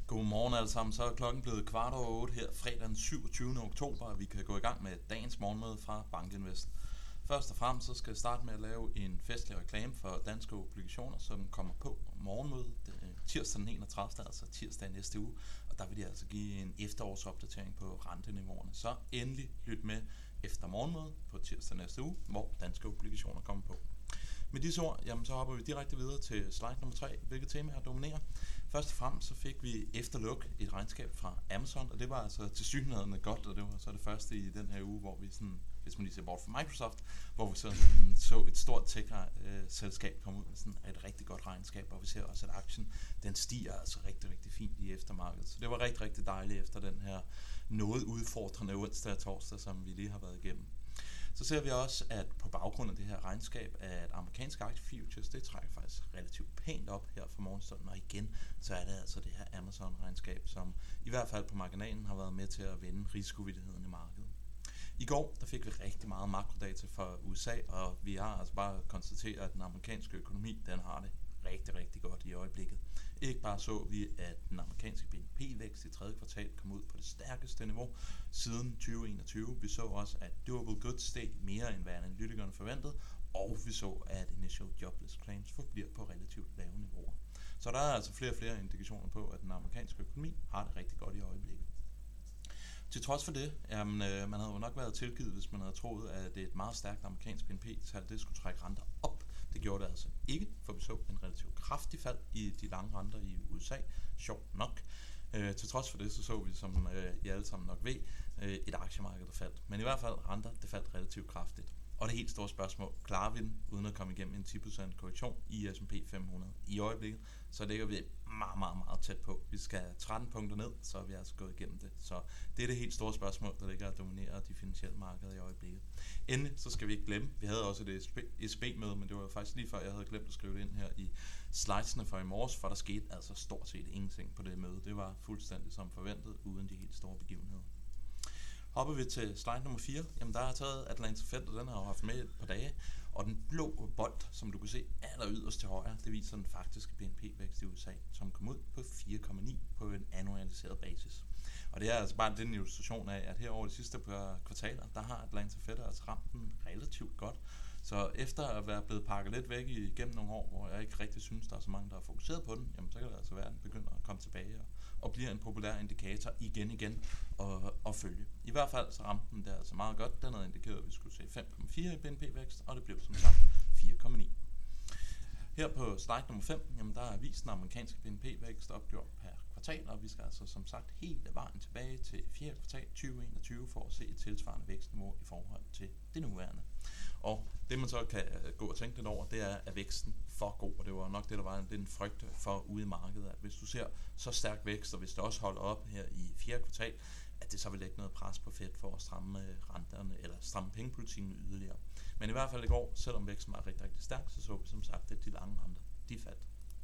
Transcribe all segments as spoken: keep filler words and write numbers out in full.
Godmorgen alle sammen. Så er klokken blevet kvart over otte her fredag den syvogtyvende oktober, og vi kan gå i gang med dagens morgenmøde fra BankInvest. Først og fremmest så skal jeg starte med at lave en festlig reklame for danske obligationer, som kommer på morgenmødet tirsdag den enogtredivte, altså tirsdag næste uge. Og der vil de altså give en efterårsopdatering på renteniveauerne. Så endelig lyt med efter morgenmødet på tirsdag næste uge, hvor danske obligationer kommer på. Med disse ord, jamen, så hopper vi direkte videre til slide nummer tre, hvilke temaer dominerer. Først og fremmest så fik vi efter luk et regnskab fra Amazon, og det var altså tilsyneladende godt, og det var så det første i den her uge, hvor vi sådan, hvis man lige ser bort fra Microsoft, hvor vi så, sådan, så et stort tech-selskab komme ud med sådan et rigtig godt regnskab, og vi ser også, at aktien den stiger altså rigtig, rigtig fint i eftermarkedet. Så det var rigtig, rigtig dejligt efter den her noget udfordrende onsdag og torsdag, som vi lige har været igennem. Så ser vi også, at på baggrund af det her regnskab, at amerikanske aktiefutures, det trækker faktisk relativt pænt op her fra morgenstunden, og igen, så er det altså det her Amazon-regnskab, som i hvert fald på marginalen har været med til at vende risikovilligheden i markedet. I går, der fik vi rigtig meget makrodata fra U S A, og vi har altså bare konstateret, at den amerikanske økonomi, den har det rigtig, rigtig godt i øjeblikket. Ikke bare så vi, at den amerikanske B N P-vækst i tredje kvartal kom ud på det stærkeste niveau siden tyve enogtyve. Vi så også, at durable goods steg mere end hvad analytikerne forventede, og vi så, at initial jobless claims forbliver på relativt lave niveauer. Så der er altså flere og flere indikationer på, at den amerikanske økonomi har det rigtig godt i øjeblikket. Til trods for det, jamen, øh, man havde jo nok været tilgivet, hvis man havde troet, at et meget stærkt amerikansk B N P-tal det skulle trække renter op. Det gjorde det altså ikke, for vi så en relativt kraftig fald i de lange renter i U S A, sjovt nok. Øh, til trods for det, så så vi, som øh, I alle sammen nok ved, øh, et aktiemarked, der faldt. Men i hvert fald renter, det faldt relativt kraftigt. Og det helt store spørgsmål, klarer vi den, uden at komme igennem en ti procent korrektion i S and P fem hundrede? I øjeblikket, så ligger vi meget, meget, meget tæt på. Vi skal tretten punkter ned, så er vi altså gået igennem det. Så det er det helt store spørgsmål, der ligger at dominere de finansielle markeder i øjeblikket. Endelig, så skal vi ikke glemme, vi havde også et S B møde, men det var faktisk lige før, jeg havde glemt at skrive det ind her i slidesene for i morges, for der skete altså stort set ingenting på det møde. Det var fuldstændig som forventet, uden de helt store begivenheder. Hopper vi til slide nummer fire, jamen der har taget Atlanta Fed, og den har jo haft med et par dage, og den blå bold, som du kan se aller yderst til højre, det viser den faktiske B N P-vækst i U S A, som kom ud på fire komma ni på en annualiseret basis. Og det er altså bare den illustration af, at her over de sidste par kvartaler, der har Atlanta Fed altså ramt den relativt godt. Så efter at være blevet pakket lidt væk igennem nogle år, hvor jeg ikke rigtig synes, der er så mange, der er fokuseret på den, jamen så kan det altså være, at den begynder at komme tilbage og, og bliver en populær indikator igen igen og, og følge. I hvert fald så ramte den der altså meget godt. Den havde indikeret, at vi skulle se fem komma fire i B N P-vækst, og det blev som sagt fire komma ni. Her på slide nummer fem, jamen der er vist den amerikanske B N P-vækst opgjort per kvartal, og vi skal altså som sagt hele vejen tilbage til fjerde kvartal tyve enogtyve for at se et tilsvarende vækstniveau i forhold til det nuværende. Og det man så kan gå og tænke lidt over, det er, at væksten for god, og det var nok det, der var en frygt for ude i markedet, at hvis du ser så stærk vækst, og hvis det også holder op her i fjerde kvartal, at det så vil lægge noget pres på Fed for at stramme renterne, eller stramme pengepolitikken yderligere. Men i hvert fald i går, selvom væksten var rigtig, rigtig stærk, så så vi som sagt, at de lange renter, de faldt.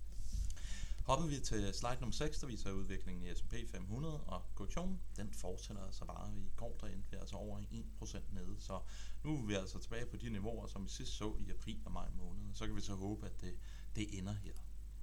Hopper vi til slide nummer seks, der viser udviklingen i S and P fem hundrede, og korrektionen, den fortsætter altså bare. I går, der endte vi altså over i en procent nede, så nu er vi altså tilbage på de niveauer, som vi sidst så i april og maj måned. Så kan vi så håbe, at det, det ender her.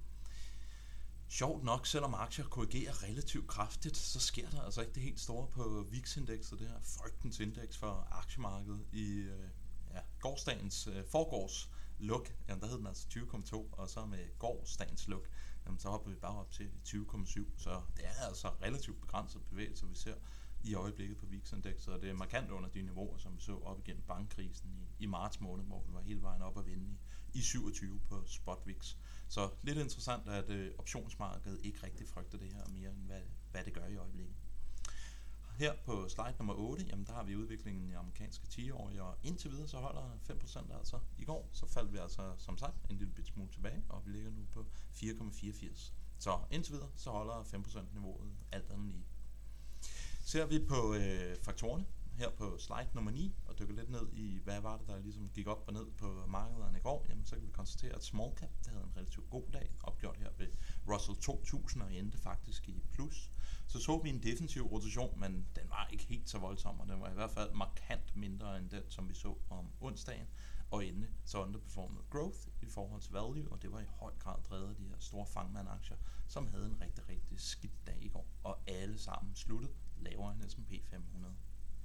Sjovt nok, selvom aktier korrigerer relativt kraftigt, så sker der altså ikke det helt store på V I X-indekset, det her frygtens indeks for aktiemarkedet i ja, gårsdagens øh, forgårs luk, jamen der hed den altså tyve komma to, og så med gårsdagens luk, jamen så hopper vi bare op til tyve komma syv, så det er altså relativt begrænset bevægelser, vi ser i øjeblikket på V I X-indekset, og det er markant under de niveauer, som vi så op igennem bankkrisen i, i marts måned, hvor vi var hele vejen op at vinde i, i syvogtyve på spot V I X. Så lidt interessant, at øh, optionsmarkedet ikke rigtig frygter det her mere, end hvad, hvad det gør i øjeblikket. Her på slide nummer otte, jamen der har vi udviklingen i amerikanske ti-årige, og indtil videre så holder fem procent altså. I går så faldt vi altså som sagt en lille bit smule tilbage, og vi ligger nu på fire komma fireogfirs. Så indtil videre så holder fem procent niveauet alt andet lige. Ser vi på øh, faktorerne her på slide nummer ni, og dykker lidt ned i, hvad var det, der ligesom gik op og ned på markederne i går, jamen så kan vi konstatere, at small cap, det havde en relativt god dag, opgjort her ved Russell to tusind, og endte faktisk i plus. Så så vi en defensiv rotation, men den var ikke helt så voldsom, og den var i hvert fald markant mindre end den, som vi så om onsdagen. Og endelig så underperformede growth i forhold til value, og det var i høj grad drevet af de her store fangmand-aktier, som havde en rigtig, rigtig skidt dag i går, og alle sammen sluttede lavere end S and P fem hundrede.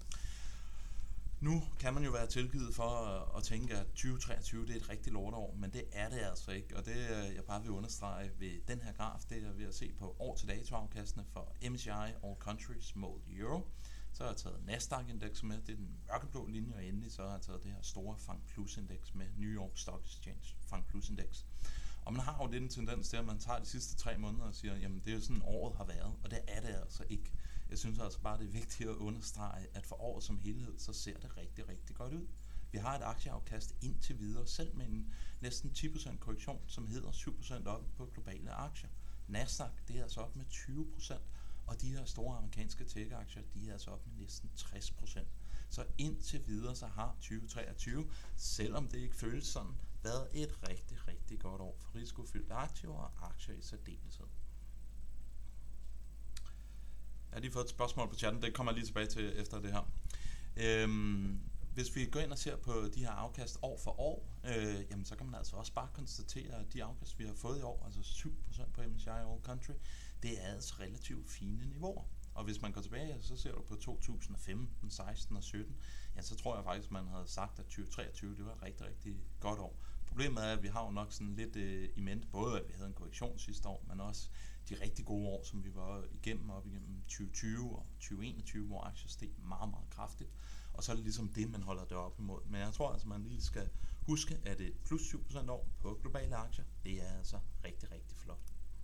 Nu kan man jo være tilgivet for at tænke, at tyve treogtyve det er et rigtig lorteår, men det er det altså ikke. Og det jeg bare vil understrege ved den her graf, det er ved at se på år til dato afkastene for M S C I All Countries målt i euro. Så har jeg taget Nasdaq-indekset med, det er den mørkeblå linje, og endelig så har jeg taget det her store Fang Plus-indeks med New York Stock Exchange Fang Plus-indeks. Og man har jo lidt en tendens til, at man tager de sidste tre måneder og siger, jamen det er jo sådan året har været, og det er det altså ikke. Jeg synes altså bare, det er vigtigt at understrege, at for året som helhed, så ser det rigtig, rigtig godt ud. Vi har et aktieafkast indtil videre, selv med en næsten ti procent korrektion, som hedder syv procent op på globale aktier. Nasdaq, det er altså op med tyve procent, og de her store amerikanske tech-aktier, de er altså op med næsten tres procent. Så indtil videre, så har tyve treogtyve, selvom det ikke føles sådan, været et rigtig, rigtig godt år for risikofyldte aktiver og aktier i særdeleshed. Jeg har lige fået et spørgsmål på chatten, det kommer jeg lige tilbage til efter det her. Øhm, hvis vi går ind og ser på de her afkast år for år, øh, jamen så kan man altså også bare konstatere, at de afkast, vi har fået i år, altså syv procent på M S C I All Country, det er altså relativt fine niveauer. Og hvis man går tilbage, så ser du på to tusind og femten, seksten og sytten, ja, så tror jeg faktisk, man havde sagt, at tyve treogtyve det var et rigtig, rigtig godt år. Problemet er, at vi har jo nok sådan lidt øh, i mente, både at vi havde en korrektion sidste år, men også de rigtig gode år, som vi var igennem op igennem tyve tyve og tyve enogtyve, hvor aktier steg meget, meget kraftigt. Og så er det ligesom det, man holder det op imod. Men jeg tror altså, man lige skal huske, at et plus syv procent år på globale aktier, det er altså rigtig, rigtig flot.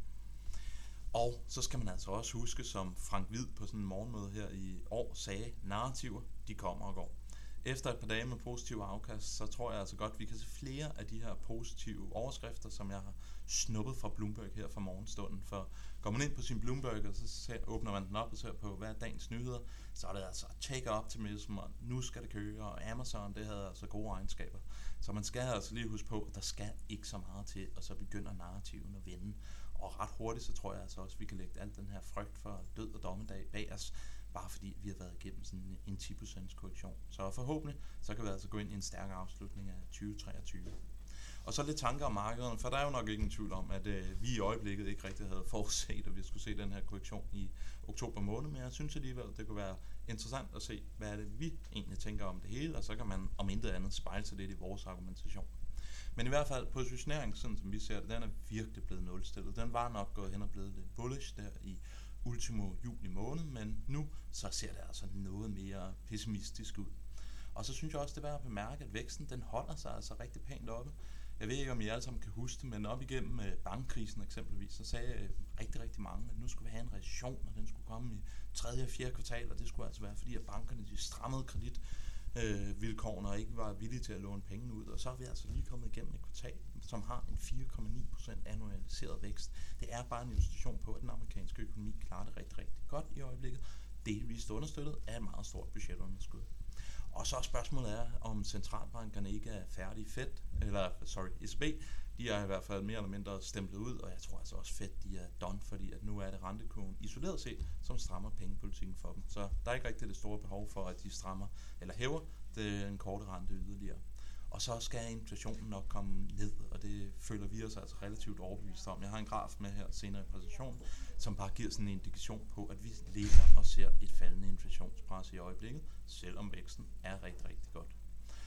Og så skal man altså også huske, som Frank Hvid på sådan en morgenmøde her i år sagde, narrativer, de kommer og går. Efter et par dage med positive afkast, så tror jeg altså godt, at vi kan se flere af de her positive overskrifter, som jeg har snuppet fra Bloomberg her fra morgenstunden. For går man ind på sin Bloomberg, og så åbner man den op og ser på, hvad er dagens nyheder, så er det altså take optimism, og nu skal det køre, og Amazon, det havde altså gode egenskaber. Så man skal altså lige huske på, at der skal ikke så meget til, og så begynder narrativen at vende. Og ret hurtigt, så tror jeg altså også, at vi kan lægge alt den her frygt for død og dommedag bag os, bare fordi vi har været igennem sådan en ti procent korrektion. Så forhåbentlig, så kan vi altså gå ind i en stærk afslutning af tyve treogtyve. Og så lidt tanker om markederne, for der er jo nok ikke en tvivl om, at øh, vi i øjeblikket ikke rigtig havde forudset, at vi skulle se den her korrektion i oktober måned, men jeg synes alligevel, det kunne være interessant at se, hvad er det, vi egentlig tænker om det hele, og så kan man om intet andet spejle sig lidt i vores argumentation. Men i hvert fald, positioneringen, sådan som vi ser det, den er virkelig blevet nulstillet. Den var nok gået hen og blevet lidt bullish der i ultimo juli måned, men nu så ser det altså noget mere pessimistisk ud. Og så synes jeg også, det er værd at bemærke, at væksten den holder sig altså rigtig pænt oppe. Jeg ved ikke, om I alle sammen kan huske det, men op igennem bankkrisen eksempelvis, så sagde rigtig, rigtig mange, at nu skulle vi have en recession, og den skulle komme i tredje og fjerde kvartal, og det skulle altså være, fordi at bankerne de strammede kredit. Øh, vilkårene og ikke var villige til at låne penge ud, og så er vi altså lige kommet igennem et kvartal, som har en fire komma ni procent annualiseret vækst. Det er bare en illustration på, at den amerikanske økonomi klarer det rigtig, rigtig godt i øjeblikket. Delvist understøttet af et meget stort budgetunderskud. Og så spørgsmålet er, om centralbankerne ikke er færdige fedt, eller sorry, E C B, de er i hvert fald mere eller mindre stemplet ud, og jeg tror altså også fedt, de er done, fordi at nu er det rentekurven isoleret set, som strammer pengepolitikken for dem. Så der er ikke rigtig det store behov for, at de strammer eller hæver den korte rente yderligere. Og så skal inflationen nok komme ned, og det føler vi os altså relativt overbevist om. Jeg har en graf med her senere i præsentationen, som bare giver sådan en indikation på, at vi ligger og ser et faldende inflationspres i øjeblikket, selvom væksten er rigtig, rigtig godt.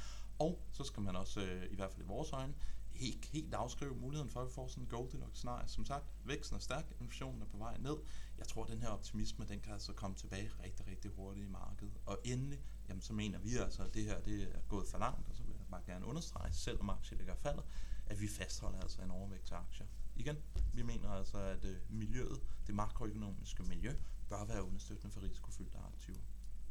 Og så skal man også, øh, i hvert fald i vores øjne, helt, helt afskrive muligheden for, at vi får sådan en Goldilocks-scenarie. Som sagt, væksten er stærk, inflationen er på vej ned. Jeg tror, at den her optimisme, den kan altså komme tilbage rigtig, rigtig hurtigt i markedet. Og endelig, jamen, så mener vi altså, at det her det er gået for langt, og så vil jeg bare gerne understrege, selvom aktier ligger faldet, at vi fastholder altså en overvægt til aktier. Igen, vi mener altså, at øh, miljøet, det makroøkonomiske miljø, bør være understøttende for risikofyldte aktiver.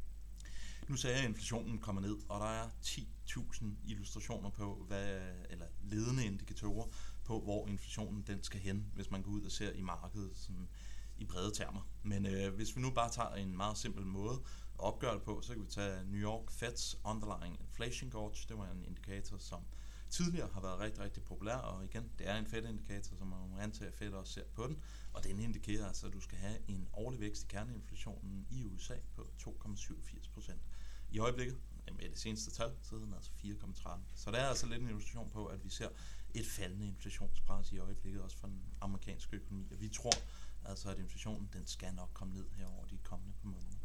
Nu sagde jeg, at inflationen kommer ned, og der er ti tusind illustrationer på, hvad, eller ledende indikatorer på, hvor inflationen den skal hen, hvis man går ud og ser i markedet sådan, i brede termer. Men øh, hvis vi nu bare tager en meget simpel måde at opgøre det på, så kan vi tage New York Feds Underlying Inflation Gauge. Det var en indikator, som tidligere har været rigtig, rigtig populær, og igen, det er en Fed-indikator, som man må antage, at Fed også ser på den, og den indikerer altså, at du skal have en årlig vækst i kerneinflationen i U S A på to komma syvogfirs procent. I øjeblikket med det seneste tal, så hedder den altså fire komma tretten. Så der er altså lidt en illustration på, at vi ser et faldende inflationspres i øjeblikket, også for den amerikanske økonomi. Og vi tror altså, at inflationen den skal nok komme ned her over de kommende par måneder.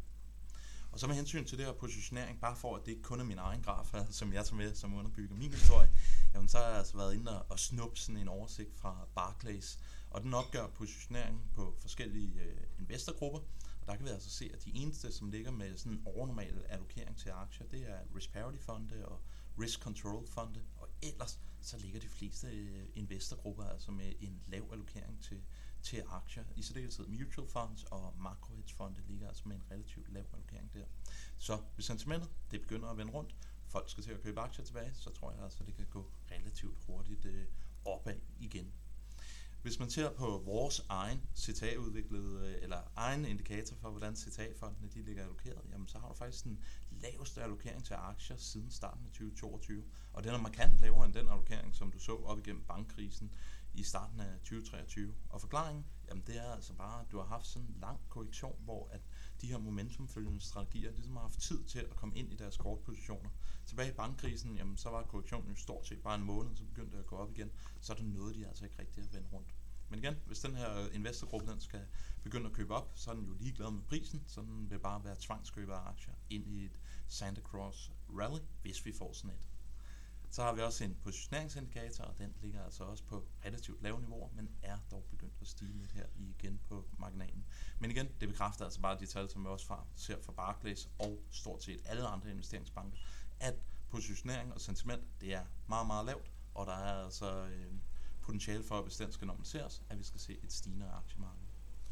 Og så med hensyn til det her positionering, bare for at det ikke kun er min egen graf, altså, som jeg tager med, som underbygger min historie, jamen, så har jeg altså været inde og snuppe sådan en oversigt fra Barclays, og den opgør positioneringen på forskellige øh, investorgrupper. Og der kan vi altså se, at de eneste, som ligger med sådan en overnormal allokering til aktier, det er risk parity fonde og risk control fonde, og ellers så ligger de fleste øh, investorgrupper altså med en lav allokering til, til aktier. I særdeleshed mutual funds og macro hedge fonde ligger altså med en relativt lav allokering der. Så hvis sentimentet det begynder at vende rundt, folk skal til at købe aktier tilbage, så tror jeg altså, at det kan gå relativt hurtigt øh, opad igen. Hvis man ser på vores egen C T A-udviklede, eller egen indikator for, hvordan C T A-fondene de ligger allokeret, jamen så har du faktisk den laveste allokering til aktier siden starten af tyve toogtyve. Og den er markant lavere end den allokering, som du så op igennem bankkrisen i starten af tyve treogtyve. Og forklaringen, jamen det er altså bare, at du har haft sådan en lang korrektion, hvor at de her momentumfølgende strategier ligesom har haft tid til at komme ind i deres kortpositioner. Tilbage i bankkrisen, jamen så var korrektionen jo stort set bare en måned, så begyndte det at gå op igen, så er det noget, de altså ikke rigtig at vende rundt. Men igen, hvis den her investorgruppe den skal begynde at købe op, så er den jo ligeglad med prisen, så den vil bare være tvangskøber af aktier ind i et Santa Claus rally, hvis vi får sådan et. Så har vi også en positioneringsindikator, og den ligger altså også på relativt lave niveauer, men er dog begyndt at stige lidt her igen på marginalen. Men igen, det bekræfter altså bare de tal, som vi også fra, ser fra Barclays og stort set alle andre investeringsbanker, at positionering og sentiment, det er meget, meget lavt, og der er altså øh, potentiale for, at hvis den skal normaliseres, at vi skal se et stigende aktiemarked.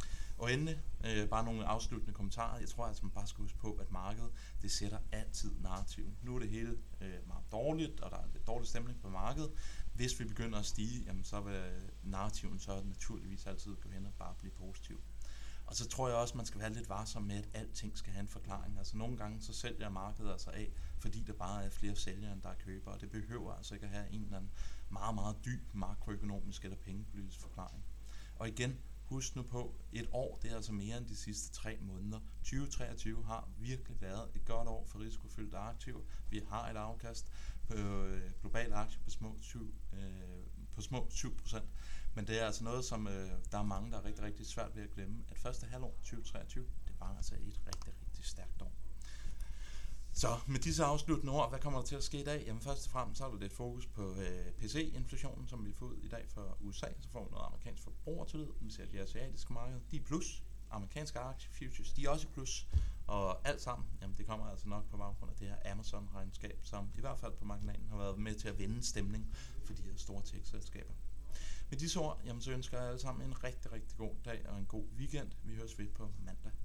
Og endelig, øh, bare nogle afsluttende kommentarer. Jeg tror altså, man bare skal huske på, at markedet, det sætter altid narrativen. Nu er det hele øh, meget dårligt, og der er lidt dårlig stemning på markedet. Hvis vi begynder at stige, jamen, så vil narrativen så naturligvis altid gå hen og bare blive positiv. Og så tror jeg også, man skal være lidt varsom med, at alting skal have en forklaring. Altså nogle gange, så sælger markedet altså af, fordi der bare er flere sælgere, end der er købere. Og det behøver altså ikke at have en eller anden meget, meget dyb makroøkonomisk eller pengepolitisk forklaring. Og igen, husk nu på, et år, det er altså mere end de sidste tre måneder. tyve treogtyve har virkelig været et godt år for risikofyldte aktiver. Vi har et afkast på øh, globale aktier på små syv, øh, på små syv procent. Men det er altså noget, som øh, der er mange, der er rigtig, rigtig svært ved at glemme. At første halvår tyve treogtyve, det var altså et rigtig, rigtig stærkt år. Så med disse afsluttende ord, hvad kommer der til at ske i dag? Jamen først og fremmest så er der lidt fokus på øh, P C-inflationen, som vi får ud i dag fra U S A. Så får vi noget amerikansk forbrugertillid. Vi ser de asiatiske markeder, de er plus. Amerikanske aktiefutures, de er også plus. Og alt sammen, jamen det kommer altså nok på baggrund af det her Amazon-regnskab, som i hvert fald på marginalen har været med til at vende stemning for de her store tech-selskaber. Med disse ord, jamen så ønsker jeg alle sammen en rigtig, rigtig god dag og en god weekend. Vi høres ved på mandag.